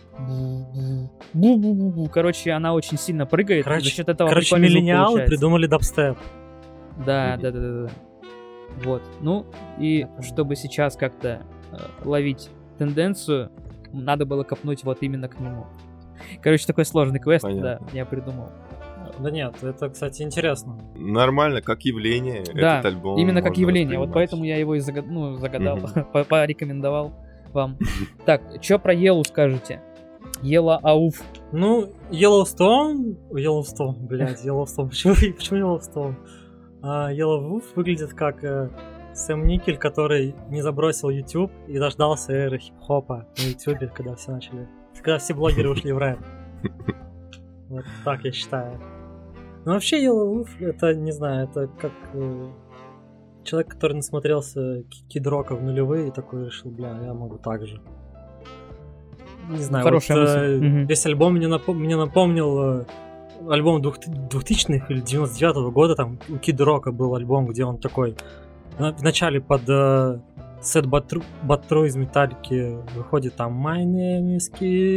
бу бу бу бу. Короче, она очень сильно прыгает, и Короче- за счет этого Короче, прикольный звук миллениалы получается. придумали дабстеп. Да, да, да, да, да. Вот. Ну и чтобы сейчас как-то э, ловить тенденцию, надо было копнуть вот именно к нему. Короче, такой сложный квест, Понятно. да, я придумал. Да нет, это, кстати, интересно. Нормально, как явление, Да, этот альбом именно как можно явление. Вот воспринимать. поэтому я его и загад... ну, загадал, Мгм. по- порекомендовал вам. Так, что про Елу скажете? Ела ауф. Ну, Yellowstone... Yellowstone, блядь, Yellowstone. Почему, почему Yellowstone? А, Yellow Wolf выглядит как э, Сэм Никель, который не забросил YouTube и дождался эры хип-хопа на YouTube, когда все начали... Когда все блогеры ушли в рэп. Вот так я считаю. Ну, вообще, Yellow Wolf, это, не знаю, это как э, человек, который насмотрелся Кид Рока в нулевые и такой решил, бля, я могу так же. не знаю, Хорошая вот, мысль. э, Мгм. весь альбом мне, напом- мне напомнил э, альбом двух- двухтысячных или девяносто девятого года, там у Кид Рока был альбом, где он такой на- вначале под э, Sad But True, But True из Металлики выходит там My name is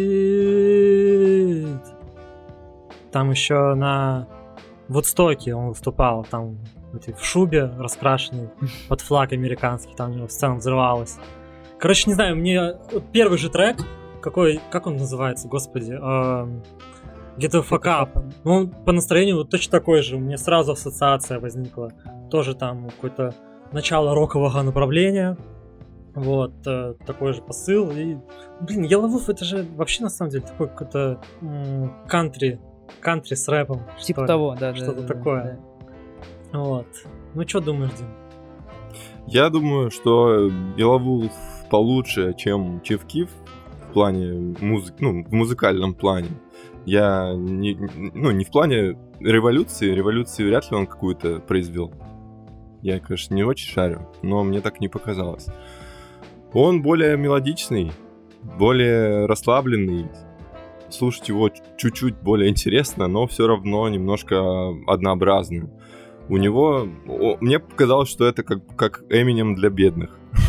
Kid. Там еще на Вудстоке он выступал, там эти, в шубе раскрашенной, под флаг американский, там у него сцена взрывалась. Короче, не знаю, мне вот первый же трек, какой, как он называется, господи, эм, Get the Fuck Up. Ну, он по настроению вот точно такой же, у меня сразу ассоциация возникла. Тоже там какое-то начало рокового направления, вот, э, такой же посыл. И, блин, Yellow Wolf это же вообще на самом деле такой какой-то м, кантри, кантри с рэпом. Типа что ли. того, да. Что-то да, да, такое. да. Вот. Ну, что думаешь, Дим? Я думаю, что Yellow Wolf получше, чем Chief Keef в плане музыки, ну, в музыкальном плане. Я не, ну, не в плане революции, революции вряд ли он какую-то произвел. Я, конечно, не очень шарю, но мне так не показалось. Он более мелодичный, более расслабленный. Слушать его чуть-чуть более интересно, но все равно немножко однообразно. У него... о, мне показалось, что это как, как Eminem для бедных.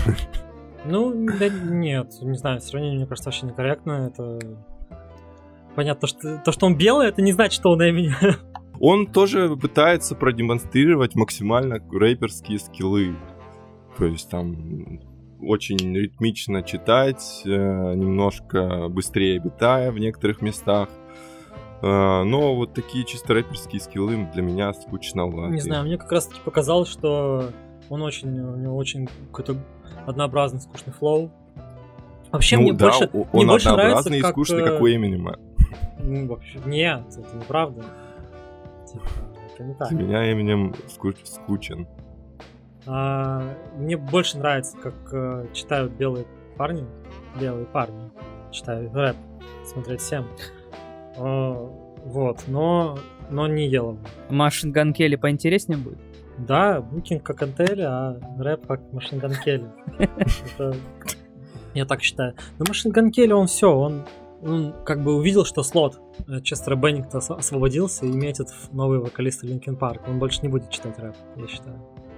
Ну, да, нет, не знаю, сравнение, мне кажется, вообще некорректно. Это понятно, что то, что он белый, это не значит, что он Эминем. Он тоже пытается продемонстрировать максимально рэперские скиллы. То есть там очень ритмично читать, немножко быстрее битая в некоторых местах. Но вот такие чисто рэперские скиллы для меня скучноваты. Не знаю, мне как раз таки показалось, что он очень, у него очень какой-то однообразный, скучный флоу. Вообще, ну, мне да, больше, он мне больше нравится, однообразный и как... скучный, как у Эминема. Ну, вообще, нет, это неправда. Типа, это не так. Для меня Эминем скуч- скучен. А, мне больше нравится, как э, читают белые парни, белые парни, читают рэп, смотреть всем. А, вот, но, но не Yellow. Машин Ган Келли поинтереснее будет? Да, букинг как Антелли, а рэп как Машин Ган Келли. Это... Я так считаю. Но Машин Ган Келли, он все, он, он как бы увидел, что слот Честера Беннингта освободился, и метит в новый вокалист Линкин Парк. Он больше не будет читать рэп, я считаю.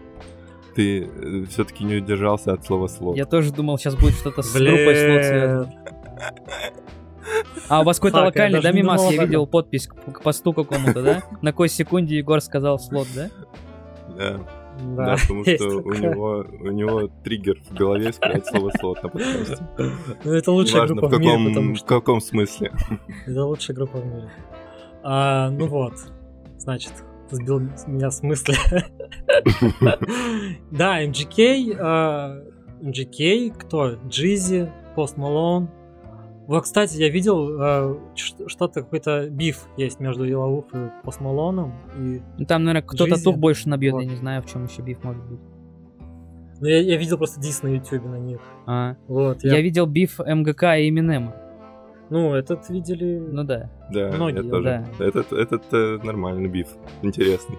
Ты э, все-таки не удержался от слова слот. Я тоже думал, сейчас будет что-то с группой слот связано. А у вас какой-то Фак, я локальный, даже да, не мимас? думал Я об видел этом. подпись к, к посту какому-то, да? На какой секунде Егор сказал слот, да? Да. Да, Да, потому есть что у такое. него, у него триггер в голове сказать слово слот на подкасте. Ну, это лучшая Неважно, группа в в мире, каком, потому в что каком смысле. это лучшая группа в мире. А, ну вот, значит, сбил меня с мысли. Да, эм джи кей, а, эм джи кей, кто? Джизи, Post Malone. Вот, кстати, я видел а, ш- что-то, какой-то биф есть между Yellow Wolf и Post Malone. И... Ну, там, наверное, кто-то Жизнь. тух больше набьет, Вот. я не знаю, в чем еще биф может быть. Ну, я, я видел просто дис на ютубе на них. А, Вот, я я... видел биф эм гэ ка и Эминема. Ну, этот видели... Ну да. Да, Многие, я тоже. да. Этот, этот э, нормальный биф. Интересный.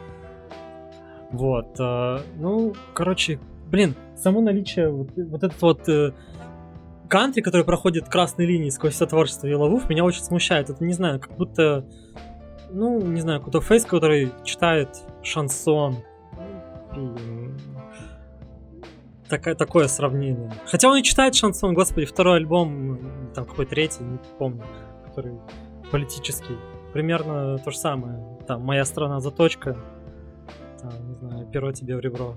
Вот, а, ну, короче, блин, само наличие вот, вот этот вот э, кантри, который проходит красной линией сквозь все творчество Yellow Wolf, меня очень смущает. Это, не знаю, как будто, ну, не знаю, какой-то фейс, который читает шансон. Блин. Такое, такое сравнение. Хотя он и читает шансон, господи, второй альбом, там какой третий, не помню, который политический. Примерно то же самое. Там «Моя страна заточка», там, не знаю, «Перо тебе в ребро».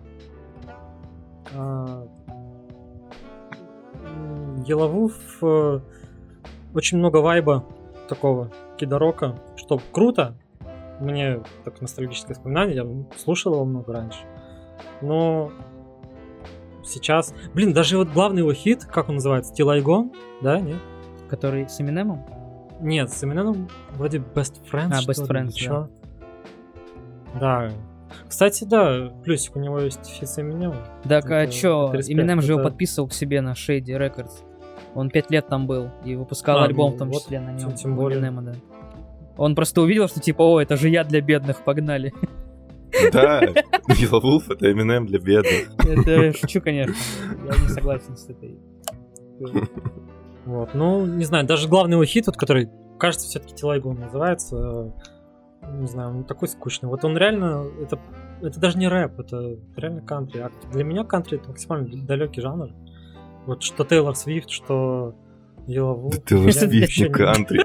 А, м, Yellow Wolf, э, очень много вайба такого кидорока, что круто. Мне так ностальгическое воспоминание, я слушал его много раньше. Но сейчас... Блин, даже вот главный его хит, как он называется? Till I Gone? Да, нет? Который с Эминемом? Нет, с Eminem вроде Best Friends, А, что Best ли, Friends, или чё? Да. Кстати, да, плюсик, у него есть фит с Eminem. Так, а Это- чё, это респект, Eminem же его это- подписывал к себе на Shady Records. Он пять лет там был и выпускал А, альбом ну в том вот, числе на тем- нем. тем более. Эминема, да. Он просто увидел, что типа, о, это же я для бедных, погнали. Да, Yellow Wolf — это Eminem для бедных. Это шучу, конечно. Я не согласен с этой. Вот, ну, не знаю, даже главный его хит, вот, который, кажется, все-таки Till называется, не знаю, он такой скучный. Вот он реально, это, это даже не рэп, это реально кантри. А для меня кантри это максимально далекий жанр. Вот что Тейлор Свифт, что Yellow Wolf. Да Тейлор Свифт не кантри.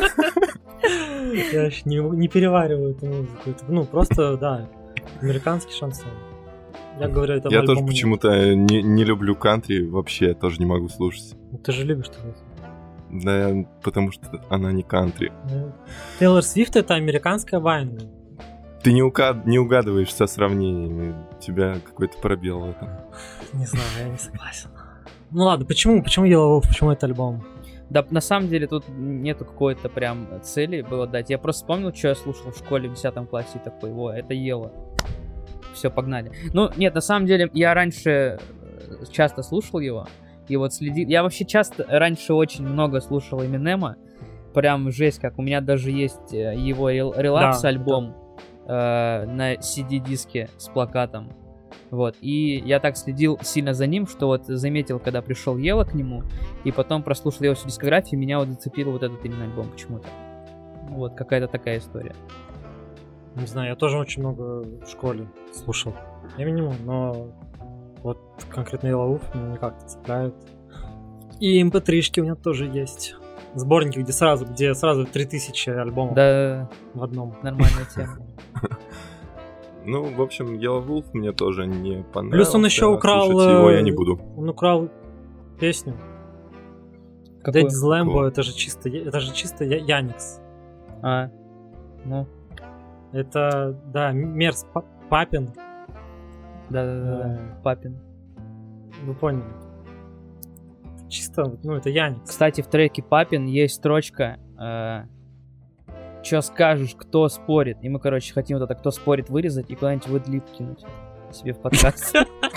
Я вообще не, не перевариваю эту музыку. Это, ну, просто, да, американский шансон. Я говорю, это Я тоже почему-то не, не люблю кантри, вообще тоже не могу слушать. Ты же любишь Тейлор Свифт. Да, потому что она не кантри. Тейлор Свифт это американская вайна. Ты не, угад... не угадываешь со сравнениями, у тебя какой-то пробел в этом. Не знаю, я не согласен. Ну ладно, почему, почему Yellow Wolf, почему этот альбом? Да, на самом деле тут нету какой-то прям цели было дать. Я просто вспомнил, что я слушал в школе в десятом классе, и такой, о, это Yellow. Все, погнали. Ну, нет, на самом деле, я раньше часто слушал его, и вот следил... Я вообще часто, раньше очень много слушал Эминема, прям жесть, как у меня даже есть его релапс да, альбом да. э, на си ди-диске с плакатом. Вот, и я так следил сильно за ним, что вот заметил, когда пришел Yellow к нему, и потом прослушал его всю дискографию, меня вот зацепил вот этот именно альбом почему-то. Вот, какая-то такая история. Не знаю, я тоже очень много в школе слушал Eminem, но вот конкретно Yellow Wolf меня никак не цепляют. И эм пэ три-шки у меня тоже есть. Сборники, где сразу, где сразу три тысячи альбомов да, в одном. Нормальная тема. Ну, в общем, Yellow Wolf мне тоже не понравился. Плюс он еще украл... Слушать его я не буду. Он украл песню. Какую? Daddy's Lambo, это же чисто, это же чисто Яникс. А, ну. Это, да, Мерс Папин. Да-да-да, Папин. Вы поняли. Чисто, ну, это Яникс. Кстати, в треке Папин есть строчка э, «Чё скажешь, кто спорит?» И мы, короче, хотим вот это «Кто спорит» вырезать и куда-нибудь в эдлиб кинуть себе в подкаст.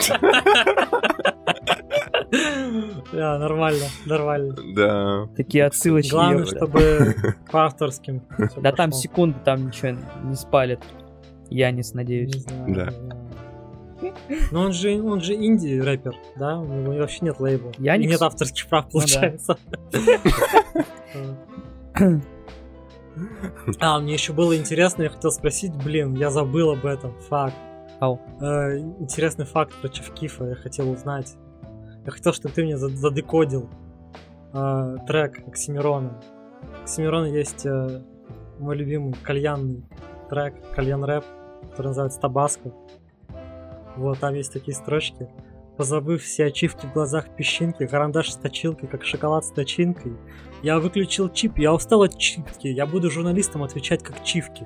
Да, нормально, нормально. Да. Такие отсылочки. Главное, чтобы по авторским. Да там секунды, там ничего не спалит. Янис, надеюсь. Да. Но он же, он же инди-рэпер, да? У него вообще нет лейбла. Яникс? Нет авторских прав, получается. А, мне еще было интересно, я хотел спросить, блин, я забыл об этом, факт. Ау. Э, интересный факт про Чевкифа, я хотел узнать. Я хотел, чтобы ты мне задекодил э, трек Оксимирона. У Оксимирона есть э, мой любимый кальянный трек, кальян-рэп, который называется «Табаско». Вот, там есть такие строчки. Позабыв все ачивки в глазах песчинки, карандаш с точилкой, как шоколад с начинкой. Я выключил чип, я устал от чипки, я буду журналистам отвечать как Чивки.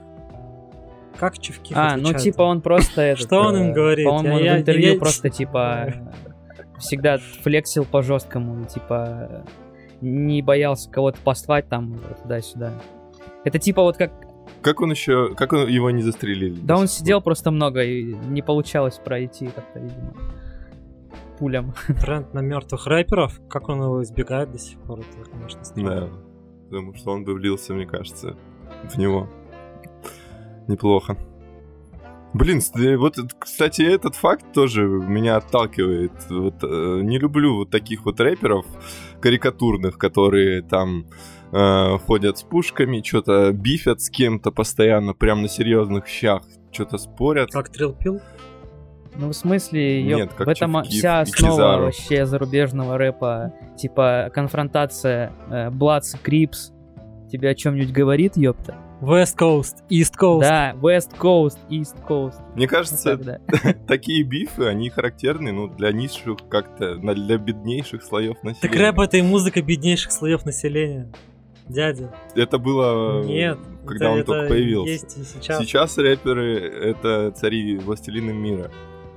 Как Чивки А, отвечает? ну типа он просто это. Что он им говорит? По-моему, он Я- в интервью я- просто типа всегда флексил по жесткому, типа не боялся кого-то послать там вот туда-сюда. Это типа вот как... Как он еще... Как он, его не застрелили? Да он сидел просто много и не получалось пройти как-то, видимо, пулям. Тренд на мертвых рэперов, как он его избегает до сих пор, это, конечно, странно. Да. Потому что он бы влился, мне кажется, в него. Неплохо. Блин, с- э, вот, э, кстати, этот факт тоже меня отталкивает. Вот, э, не люблю вот таких вот рэперов карикатурных, которые там э, ходят с пушками, что-то бифят с кем-то постоянно, прям на серьезных щах, что-то спорят. Как Трилл-Пилл? Ну, в смысле, ёп, Нет, как в этом Чивкиф вся и основа Кизару. вообще зарубежного рэпа. Типа, конфронтация э, Bloods и Crips. Тебе о чем-нибудь говорит, ёпта? West Coast, East Coast. Да, West Coast, East Coast. Мне кажется, Так, да. такие бифы, они характерны, ну, для низших как-то, на- для беднейших слоев населения. Так рэп — это и музыка беднейших слоев населения. Дядя. Это было, Нет. когда это- он это только появился. Есть и сейчас. Сейчас рэперы — это цари, властелины мира.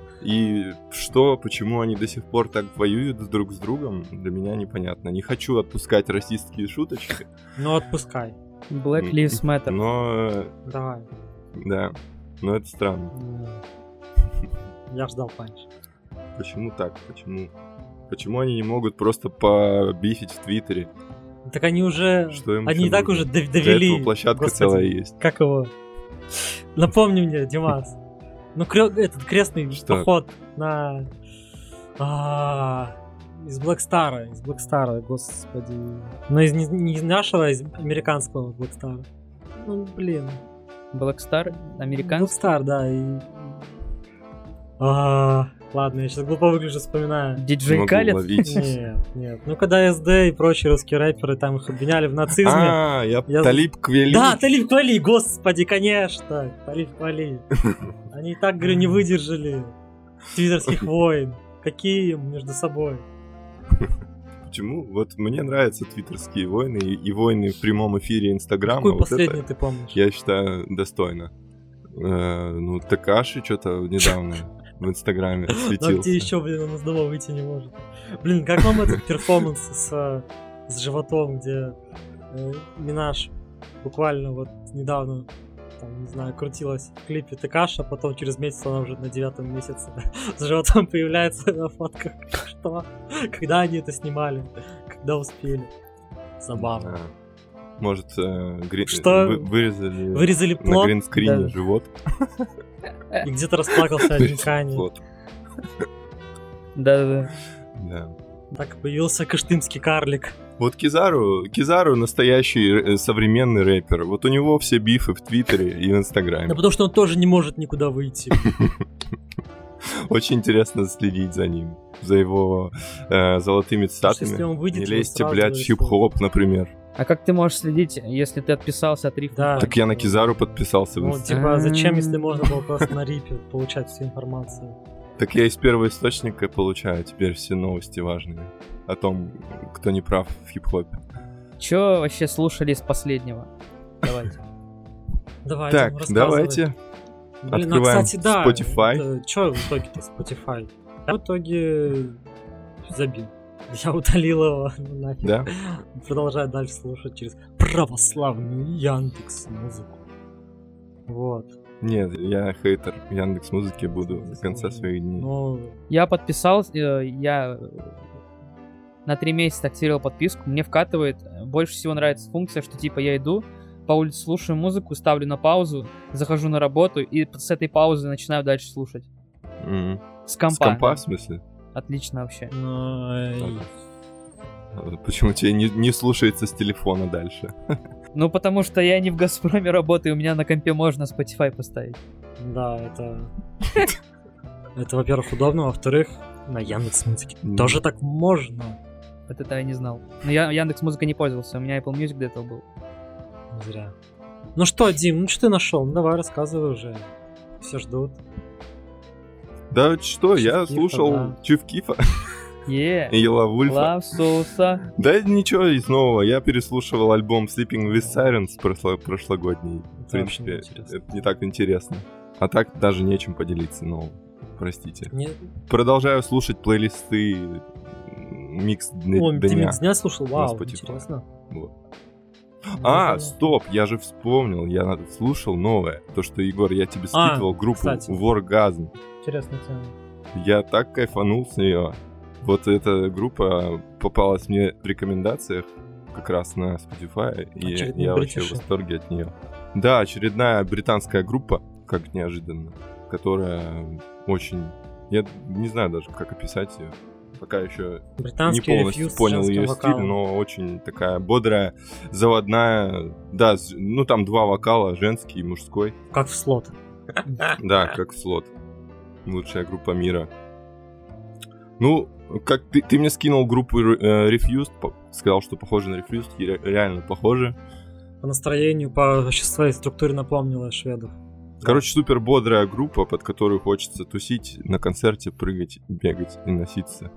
И что, почему они до сих пор так воюют друг с другом, для меня непонятно. Не хочу отпускать расистские шуточки, Ну, отпускай. Black Lives Matter. но, Давай. да, но это странно. Я ждал панч. Почему так? Почему? Почему они не могут просто побифить в Твиттере? Так они уже... Что им Они ещё и так нужно? уже дов- Для довели. этого площадка Господи, целая есть. Как его? Напомни мне, Димас. Ну, крё- этот крестный Что? поход на... А, из Blackstar, из Blackstar, господи. Но из, не, не из нашего, а из американского Blackstar. Ну, блин. Blackstar? Американский? Blackstar, да. И... А, ладно, я сейчас глупо выгляжу, вспоминаю. Диджей Калед? Нет, нет. Ну, когда эс дэ и прочие русские рэперы там их обвиняли в нацизме. А, я, я... Талиб Квели. Да, Талиб Квели, господи, конечно. Талиб Квели. Они и так, говорю, не выдержали твиттерских войн. Какие между собой. Почему? Вот мне нравятся твиттерские войны и, и войны в прямом эфире Инстаграма. Какой вот последний это, ты помнишь? Я считаю, достойно. Э, ну, Такаши что-то недавно в Инстаграме светился. Ну, где еще, блин, он из дома выйти не может. Блин, как вам этот перформанс с, с животом, где э, Минаж буквально вот недавно, там, не знаю, крутилась в клипе Такаша, потом через месяц она уже на девятом месяце с животом появляется на фотках. Что? Когда они это снимали? Когда успели? Забавно. А, может, э, гри... Что? Вы, вырезали, вырезали на плод? гринскрине Да. живот. И где-то расплакался один Кани. Плод. Да-да-да. Да. Так появился кыштымский карлик. Вот Кизару, Кизару настоящий э, современный рэпер. Вот у него все бифы в Твиттере и в Инстаграме. Да потому что он тоже не может никуда выйти. Очень интересно следить за ним, за его э, золотыми цитатами. если он выйдет, Не его лезьте, сразу блядь, в арестуют. хип-хоп, например. А как ты можешь следить, если ты отписался от рифма? Да. Так я на Кизару подписался в Ну, Инстаграме. типа, зачем, А. если можно было просто на рипе получать всю информацию? Так я из первого источника получаю теперь все новости важные о том, кто не прав в хип-хопе. Чё вообще слушали из последнего? Давайте. Давайте, Так, рассказывай. давайте. Блин, а, открываем кстати, да. Spotify. это- Чё в итоге-то Spotify? Я в итоге забил. Я удалил его ну, нафиг. Да? Продолжаю дальше слушать через православную Яндекс.Музыку. Вот. Нет, я хейтер Яндекс.Музыки буду до конца своих дней. Ну, Я подписался, э, я на три месяца активировал подписку, мне вкатывает, больше всего нравится функция, что типа я иду, по улице слушаю музыку, ставлю на паузу, захожу на работу и с этой паузы начинаю дальше слушать. Мгм. С компа. С компа, да. в смысле? Отлично вообще. ну, э, А почему тебе не, не слушается с телефона дальше? Ну, потому что я не в Газпроме работаю, у меня на компе можно Spotify поставить. да, это... Это, во-первых, удобно, во-вторых, на Яндекс.Музыке Мгм. тоже так можно. Вот это я не знал. Но я Яндекс.Музыкой не пользовался, у меня Apple Music до этого был. Зря. Ну что, Дим, ну что ты нашел? Ну давай, рассказывай уже. Все ждут. Да что, я Чиф Кифа, слушал да. Чиф Кифа Е, и Лавульфа. Love Sosa. Да ничего из нового, я переслушивал альбом Sleeping with Sirens прошло- прошлогодний. В Это вообще принципе, неинтересно. это не так интересно. А так даже нечем поделиться новым. Простите. Не... Продолжаю слушать плейлисты м, микс дня. О, ты микс дня слушал? Вау, Spotify. интересно. Вот. А, Ну, стоп, я же вспомнил, я на- слушал новое. То, что, Егор, я тебе А, скидывал группу кстати. Wargasm. Интересная тема. Я так кайфанул с нее. Вот эта группа попалась мне в рекомендациях как раз на Spotify, и Очередные я вообще в бритиши. восторге от нее. Да, очередная британская группа, как неожиданно, которая очень... Я не знаю даже, как описать ее. Пока еще не Британский полностью рефьюз с понял женским ее вокалом. стиль, но очень такая бодрая, заводная. Да, с- ну там два вокала, женский и мужской. Как в слот. Да, как слот. Лучшая группа мира. Ну, как ты, ты мне скинул группу э, Refused, по- сказал, что похоже на Refused, и ре- реально похоже. По настроению, по вообще своей структуре напомнила шведов. Короче, супер бодрая группа, под которую хочется тусить на концерте, прыгать, бегать и носиться.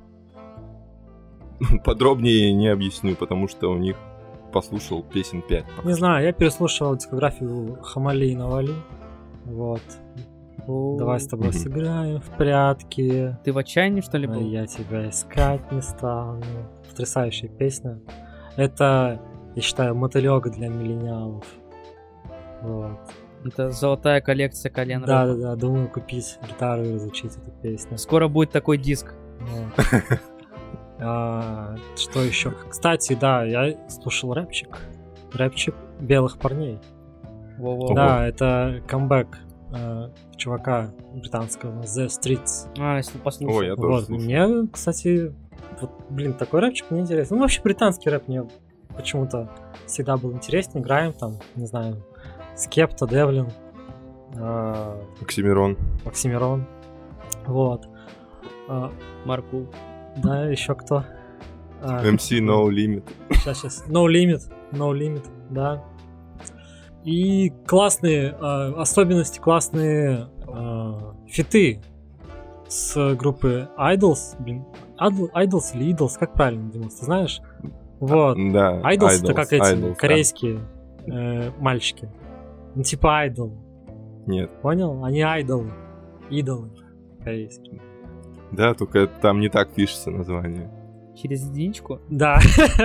Подробнее не объясню, потому что у них послушал песен пять. пока Не что. знаю, я переслушивал дискографию Хамали и Навали. Вот. Давай с тобой Мгм. сыграем в прятки. Ты в отчаянии, что ли, А был? я тебя искать не стану. Потрясающая песня. Это, я считаю, мотылёк для миллениалов. Вот. Это золотая коллекция колен Да, рэпа. да, да. Думаю купить гитару и разучить эту песню. Скоро будет такой диск. Вот. А, что еще? Кстати, да, я слушал рэпчик. Рэпчик белых парней. Во-во. Да, это камбэк э, чувака британского The Streets. А, если послушал. Ой, я тоже Вот, слушал. мне, кстати, вот, блин, такой рэпчик мне интересен. Ну, вообще, британский рэп мне почему-то всегда был интереснее. Играем там, не знаю, Скепта, Девлин, э, Оксимирон. Оксимирон. Вот. Э, Марку. да, еще кто? Э, эм си No Limit. Сейчас, сейчас. No Limit. No Limit, да. И классные э, особенности, классные э, фиты с группы Idols. Блин, Idol- Idols или Idols, как правильно, Димас, ты знаешь? Вот. Да. Idols, это как эти Idols, корейские э, мальчики. Ну, типа Idol. да. Нет. Понял? Они айдолы. Идолы корейские. Да, только там не так пишется название. Через единичку? Да.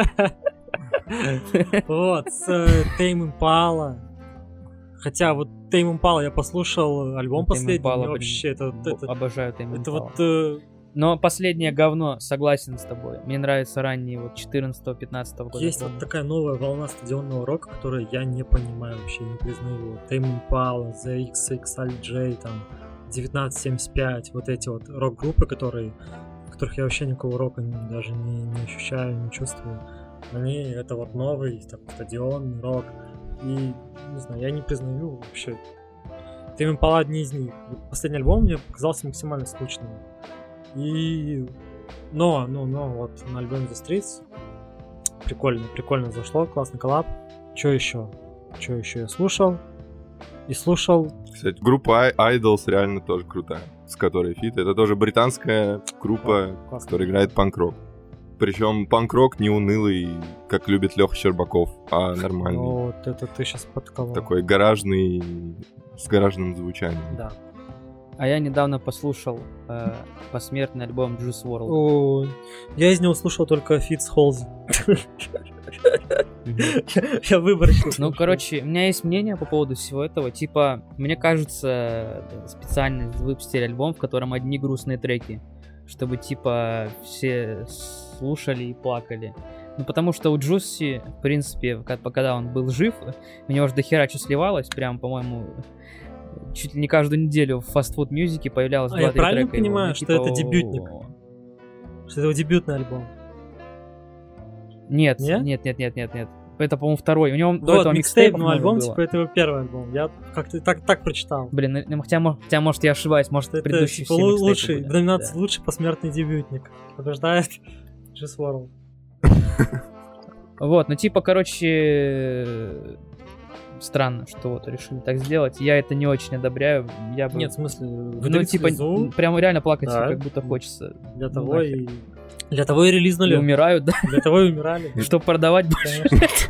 Вот, с Tame Impala. Хотя вот Tame Impala я послушал альбом Tame последний, Impala, мне блин, вообще это... это- Обожаю Tame Это Impala. вот... э, Но последнее говно, согласен с тобой. Мне нравится ранние вот четырнадцатого-пятнадцатого года. Есть вот такая новая волна стадионного рока, которую я не понимаю вообще, не признаю. Tame Impala, The икс икс эль джей, там, девятнадцать семьдесят пять, вот эти вот рок-группы, которые, в которых я вообще никакого рока не- даже не, не ощущаю, не чувствую. Они, это вот новый такой стадионный рок. И, не знаю, я не признаю вообще. Tame Impala одни из них. Вот последний альбом мне показался максимально скучным. И... Но, ну, но, вот на альбоме The Streets прикольно, прикольно зашло, классный коллаб. Чё еще? Чё еще я слушал? И слушал... Кстати, группа I- Idols реально тоже крутая, с которой фит. Это тоже британская группа, Классно. которая играет панк-рок. Причем панк-рок не унылый, как любит Леха Щербаков, а нормальный. Ну, вот это ты сейчас подколол. Такой гаражный, с гаражным звучанием. Да. А я недавно послушал э, посмертный альбом Juice world. О, я из него слушал только фит с Холзи. Я выборочно Ну, слушал. короче, у меня есть мнение по поводу всего этого. Типа, мне кажется, специально выпустили альбом, в котором одни грустные треки, чтобы, типа, все слушали и плакали. Ну, потому что у Джусси, в принципе, как- когда он был жив, у него же дохера что сливалось, прям, по-моему, чуть ли не каждую неделю в фастфуд-мюзике появлялось А я два-три правильно трека его. понимаю, Ну, что типа, это дебютник? о, Что это его дебютный альбом. Нет, Не? нет, нет, нет, нет, нет. Это, по-моему, второй. У него до Вот, этого микстейп, микстейпов но много альбом, было. типа, это его первый альбом. Я как-то так, так прочитал. Блин, ну, хотя, мо- хотя, может, я ошибаюсь, может, Это предыдущие типа все лу- микстейпы лучший, были. в номинации Да. лучший посмертный дебютник. Побеждает Juice world. Вот, ну типа, короче, э, странно, что вот решили так сделать. Я это не очень одобряю. Я бы... Нет, в смысле, ну выдавить типа, слезу м, прям реально плакать Да. как будто хочется. для ну того нахер. и... Для того и И релизнули. умирают, да, Для того и умирали. чтобы продавать больше. Конечно.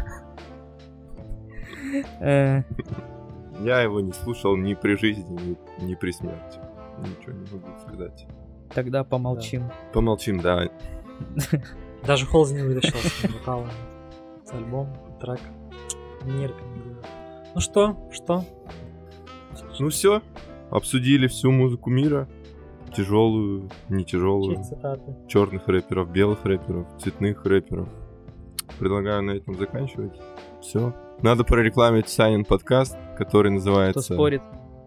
Э, Я его не слушал ни при жизни, ни, ни при смерти. Ничего не могу сказать. Тогда помолчим. Помолчим, да. Даже Холз не вытащил с вокалом. С альбом, трек. Не рекомендую. Ну что? Что? Ну все, обсудили всю музыку мира. Тяжелую, не тяжелую. Чьи цитаты? Черных рэперов, белых рэперов, цветных рэперов. Предлагаю на этом заканчивать. Все. Надо прорекламить Санин подкаст, который Кто называется... спорит?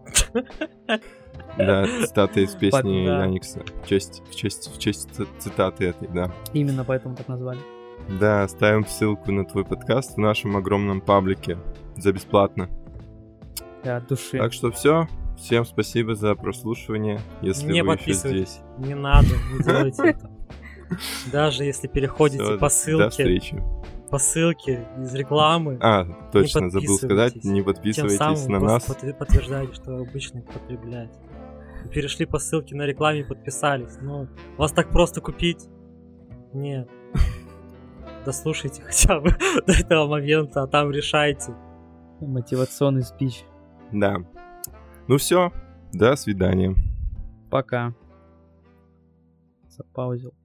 Да, цитаты из песни Да. Яникса. В честь, в честь, в честь ци- цитаты этой, да. Именно поэтому так назвали. Да, ставим ссылку на твой подкаст в нашем огромном паблике за бесплатно. Да, от души. Так что все. Всем спасибо за прослушивание, если Не вы еще подписывайтесь. здесь. Не надо, не делайте это. Даже если переходите Всё, по До ссылке, встречи. по ссылке из рекламы, А, точно, забыл сказать, подписывайтесь. не тем подписывайтесь самым на вы нас. просто подтвер- подтверждаете, что вы обычный потребляете. Вы перешли по ссылке на рекламе и подписались. Ну, вас так просто купить? Нет. Дослушайте хотя бы до этого момента, а там решайте. Мотивационный спич. Да. Ну все, до свидания. Пока. Запаузил.